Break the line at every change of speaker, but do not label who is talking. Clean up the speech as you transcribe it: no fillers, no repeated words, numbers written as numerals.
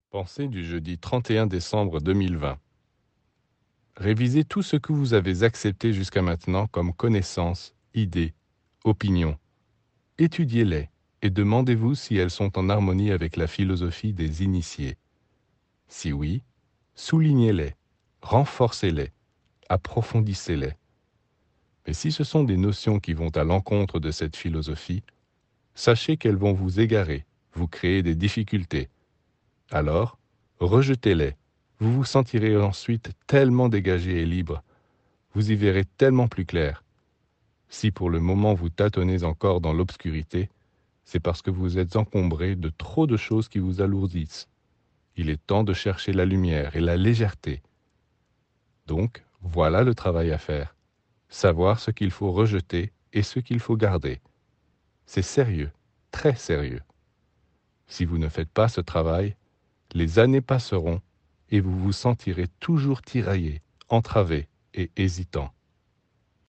Pensée du jeudi 31 décembre 2020. Révisez tout ce que vous avez accepté jusqu'à maintenant comme connaissances, idées, opinions. Étudiez-les et demandez-vous si elles sont en harmonie avec la philosophie des initiés. Si oui, soulignez-les, renforcez-les, approfondissez-les. Mais si ce sont des notions qui vont à l'encontre de cette philosophie, sachez qu'elles vont vous égarer, vous créer des difficultés. Alors, rejetez-les. Vous vous sentirez ensuite tellement dégagé et libre. Vous y verrez tellement plus clair. Si pour le moment vous tâtonnez encore dans l'obscurité, c'est parce que vous êtes encombré de trop de choses qui vous alourdissent. Il est temps de chercher la lumière et la légèreté. Donc, voilà le travail à faire. Savoir ce qu'il faut rejeter et ce qu'il faut garder. C'est sérieux, très sérieux. Si vous ne faites pas ce travail, les années passeront et vous vous sentirez toujours tiraillé, entravé et hésitant.